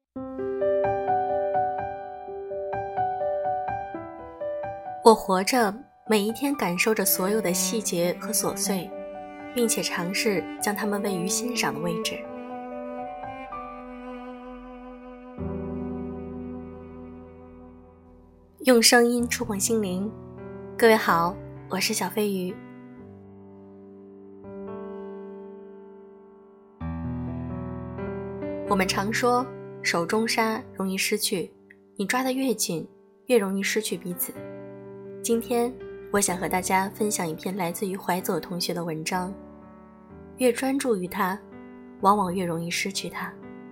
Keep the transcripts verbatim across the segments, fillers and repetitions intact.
我活着，每一天感受着所有的细节和琐碎，并且尝试将它们位于欣赏的位置。用声音触碰心灵，各位好，我是小飞鱼。我们常说，手中沙容易失去，你抓得越紧，越容易失去彼此。今天我想和大家分享一篇来自于怀佐同学的文章，越专注于它，往往越容易失去它。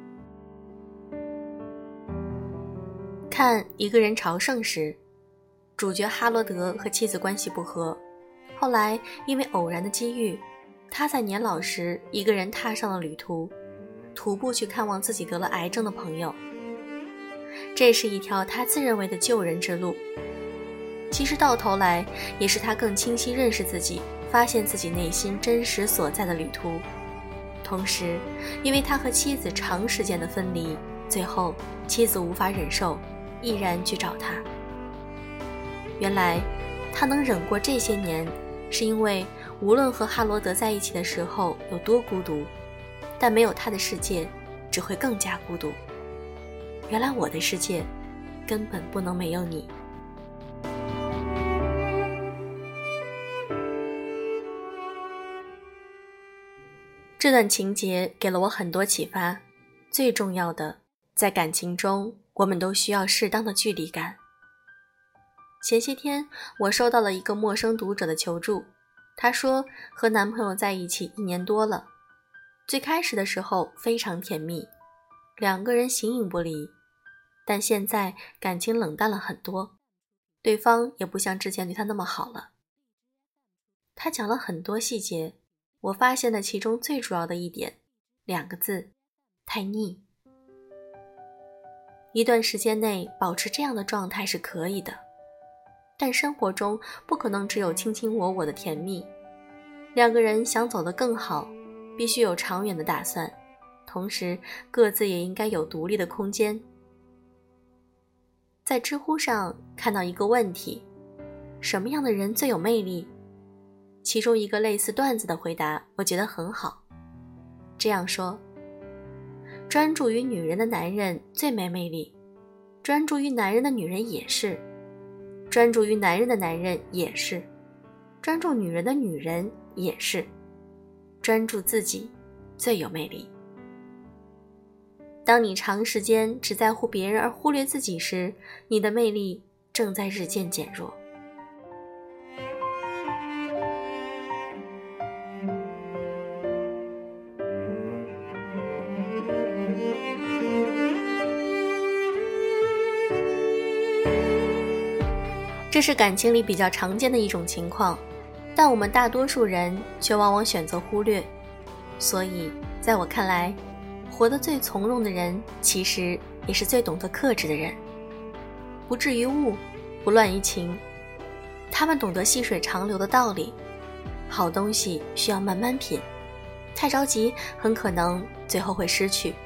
看一个人朝圣时，主角哈罗德和妻子关系不和，后来因为偶然的机遇，他在年老时一个人踏上了旅途，徒步去看望自己得了癌症的朋友。这是一条他自认为的救人之路，其实到头来也是他更清晰认识自己，发现自己内心真实所在的旅途。同时因为他和妻子长时间的分离，最后妻子无法忍受，毅然去找他。原来他能忍过这些年，是因为无论和哈罗德在一起的时候有多孤独，但没有他的世界只会更加孤独。原来我的世界根本不能没有你。这段情节给了我很多启发，最重要的，在感情中，我们都需要适当的距离感。前些天，我收到了一个陌生读者的求助，他说和男朋友在一起一年多了，最开始的时候非常甜蜜，两个人形影不离，但现在感情冷淡了很多，对方也不像之前对他那么好了。他讲了很多细节，我发现了其中最主要的一点，两个字，太腻。一段时间内保持这样的状态是可以的，但生活中不可能只有卿卿我我的甜蜜，两个人想走得更好，必须有长远的打算，同时各自也应该有独立的空间。在知乎上看到一个问题，什么样的人最有魅力？其中一个类似段子的回答我觉得很好，这样说，专注于女人的男人最没魅力，专注于男人的女人也是，专注于男人的男人也是，专注女人的女人也是，专注自己最有魅力。当你长时间只在乎别人而忽略自己时，你的魅力正在日渐减弱。这是感情里比较常见的一种情况，但我们大多数人却往往选择忽略。所以在我看来，活得最从容的人，其实也是最懂得克制的人。不至于物，不乱于情，他们懂得细水长流的道理。好东西需要慢慢品，太着急很可能最后会失去。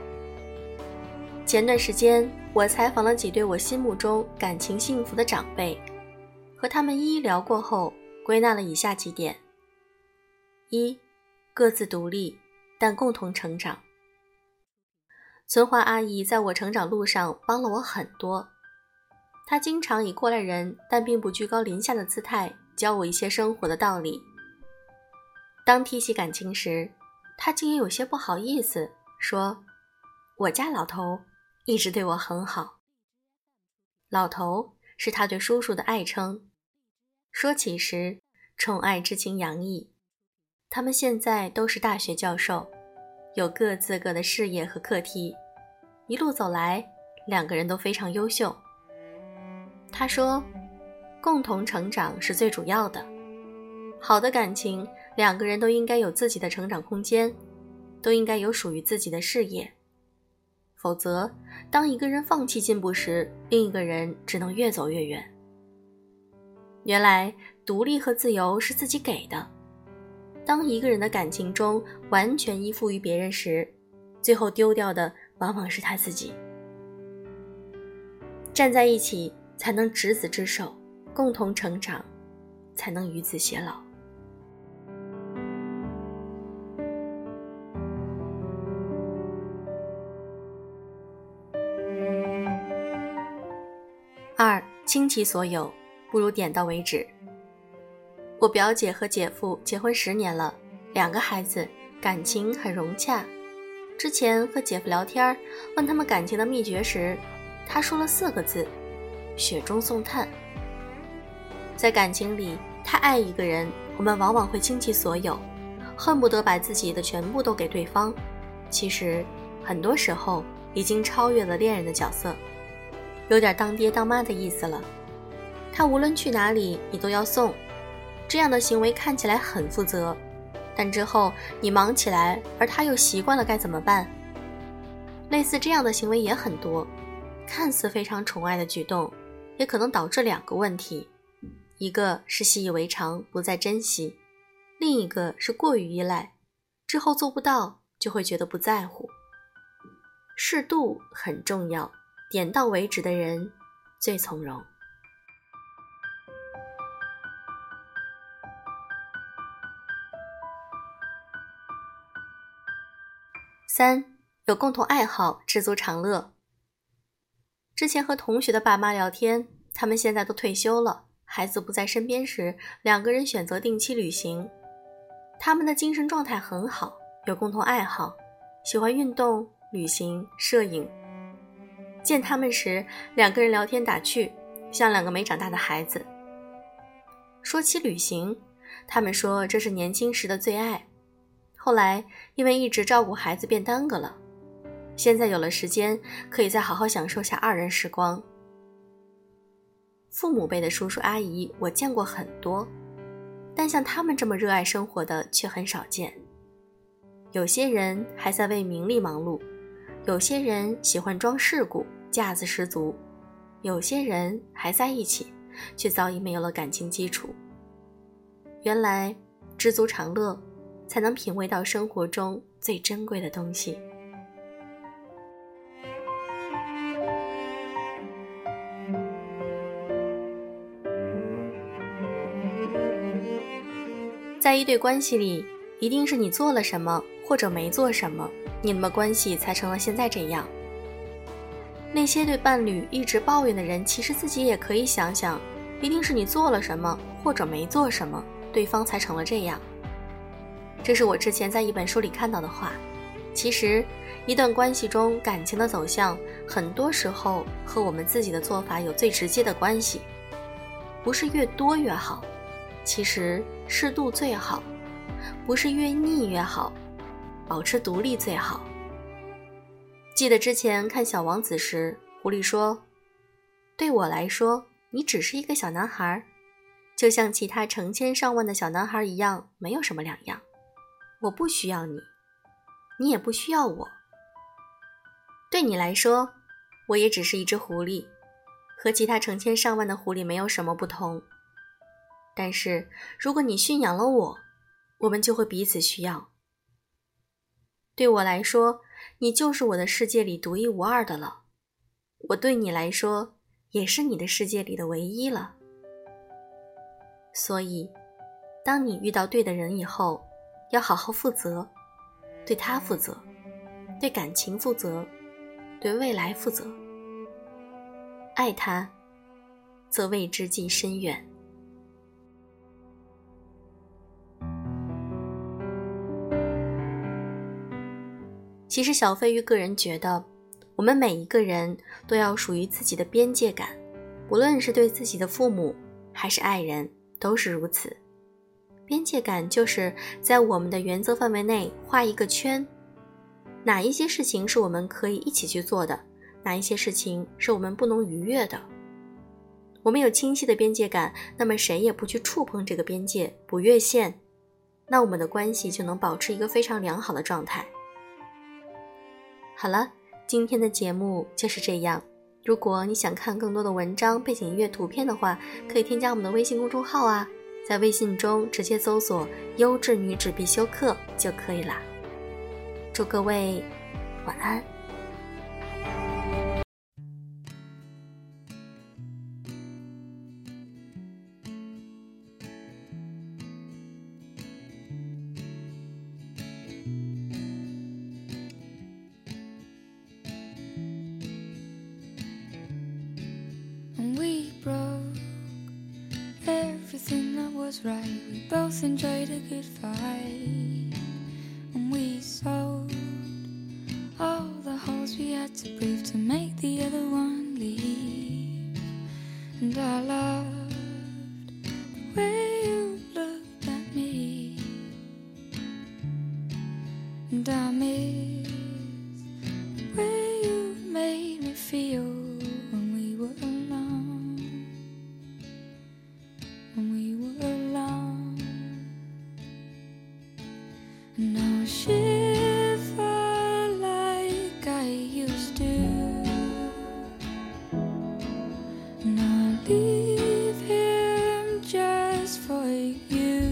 前段时间我采访了几对我心目中感情幸福的长辈，和他们一一聊过后，归纳了以下几点：一、各自独立，但共同成长。存华阿姨在我成长路上帮了我很多，她经常以过来人但并不居高临下的姿态教我一些生活的道理。当提起感情时，她竟也有些不好意思，说我家老头一直对我很好。老头是他对叔叔的爱称，说起时宠爱之情洋溢。他们现在都是大学教授，有各自各的事业和课题，一路走来，两个人都非常优秀。他说，共同成长是最主要的。好的感情，两个人都应该有自己的成长空间，都应该有属于自己的事业。否则，当一个人放弃进步时，另一个人只能越走越远。原来，独立和自由是自己给的。当一个人的感情中完全依附于别人时，最后丢掉的往往是他自己。站在一起才能执子之手，共同成长，才能与子偕老。二，倾其所有，不如点到为止。我表姐和姐夫结婚十年了，两个孩子，感情很融洽。之前和姐夫聊天，问他们感情的秘诀时，他说了四个字：雪中送炭。在感情里，太爱一个人，我们往往会倾其所有，恨不得把自己的全部都给对方。其实很多时候已经超越了恋人的角色，有点当爹当妈的意思了。他无论去哪里，你都要送，这样的行为看起来很负责，但之后你忙起来，而他又习惯了，该怎么办？类似这样的行为也很多，看似非常宠爱的举动，也可能导致两个问题，一个是习以为常，不再珍惜，另一个是过于依赖，之后做不到就会觉得不在乎。适度很重要，点到为止的人最从容。三，有共同爱好，知足常乐。之前和同学的爸妈聊天，他们现在都退休了，孩子不在身边时，两个人选择定期旅行。他们的精神状态很好，有共同爱好，喜欢运动、旅行、摄影。见他们时，两个人聊天打趣，像两个没长大的孩子。说起旅行，他们说这是年轻时的最爱，后来因为一直照顾孩子变耽搁了，现在有了时间，可以再好好享受下二人时光。父母辈的叔叔阿姨我见过很多，但像他们这么热爱生活的却很少见。有些人还在为名利忙碌，有些人喜欢装世故，架子十足，有些人还在一起，却早已没有了感情基础。原来知足常乐才能品味到生活中最珍贵的东西。在一对关系里，一定是你做了什么或者没做什么，你们的关系才成了现在这样。那些对伴侣一直抱怨的人，其实自己也可以想想，一定是你做了什么或者没做什么，对方才成了这样。这是我之前在一本书里看到的话。其实一段关系中感情的走向，很多时候和我们自己的做法有最直接的关系。不是越多越好，其实适度最好，不是越腻越好，保持独立最好。记得之前看小王子时，狐狸说，对我来说，你只是一个小男孩，就像其他成千上万的小男孩一样，没有什么两样。我不需要你，你也不需要我。对你来说，我也只是一只狐狸，和其他成千上万的狐狸没有什么不同。但是如果你驯养了我，我们就会彼此需要。对我来说，你就是我的世界里独一无二的了，我对你来说也是你的世界里的唯一了。所以当你遇到对的人以后，要好好负责，对他负责，对感情负责，对未来负责。爱他，则为之计深远。其实小飞鱼个人觉得，我们每一个人都要属于自己的边界感，无论是对自己的父母还是爱人，都是如此。边界感就是在我们的原则范围内画一个圈，哪一些事情是我们可以一起去做的，哪一些事情是我们不能逾越的。我们有清晰的边界感，那么谁也不去触碰这个边界，不越线，那我们的关系就能保持一个非常良好的状态。好了，今天的节目就是这样。如果你想看更多的文章、背景音乐、图片的话，可以添加我们的微信公众号啊，在微信中直接搜索优质女子必修课就可以了。祝各位晚安。 was right. We both enjoyed a good fight, and we sold all the holes we had to prove to make the other one leave. And I loved the way you looked at me, and I miss the way you made me feel when we were alone, when we were alone. And now shiver like I used to, and I leave him just for you.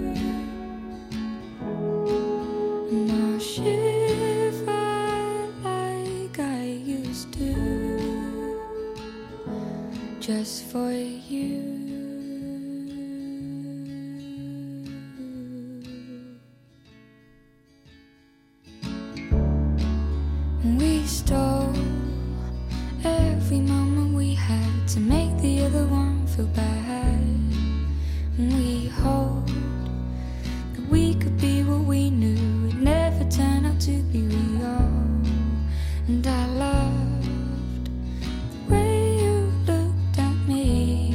And now shiver like I used to, just for you. We stole every moment we had to make the other one feel bad. And we hoped that we could be what we knew would never turn out to be real. And I loved the way you looked at me,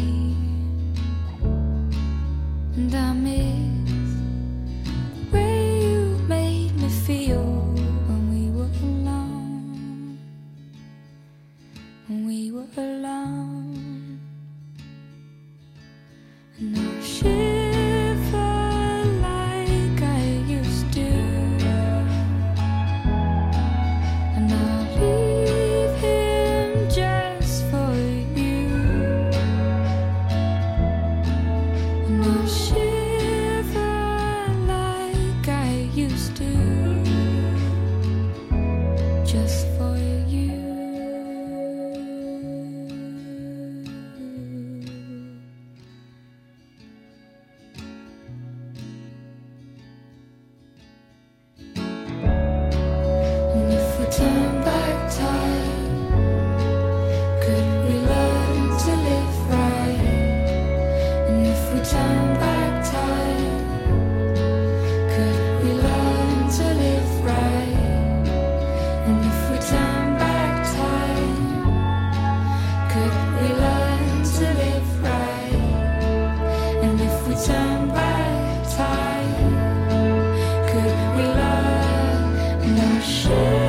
and I miss the way you made me feel when we were alone, when we were alone. And I shiver like I used to, and I leave him just for you. And I shiver like I used to, just for you. And if we turn back time, could we learn to live right? And if we turn back time, could we learn to live right? And if we turn back time, could we learn to live right? And if we turn back time, could we learn? And I should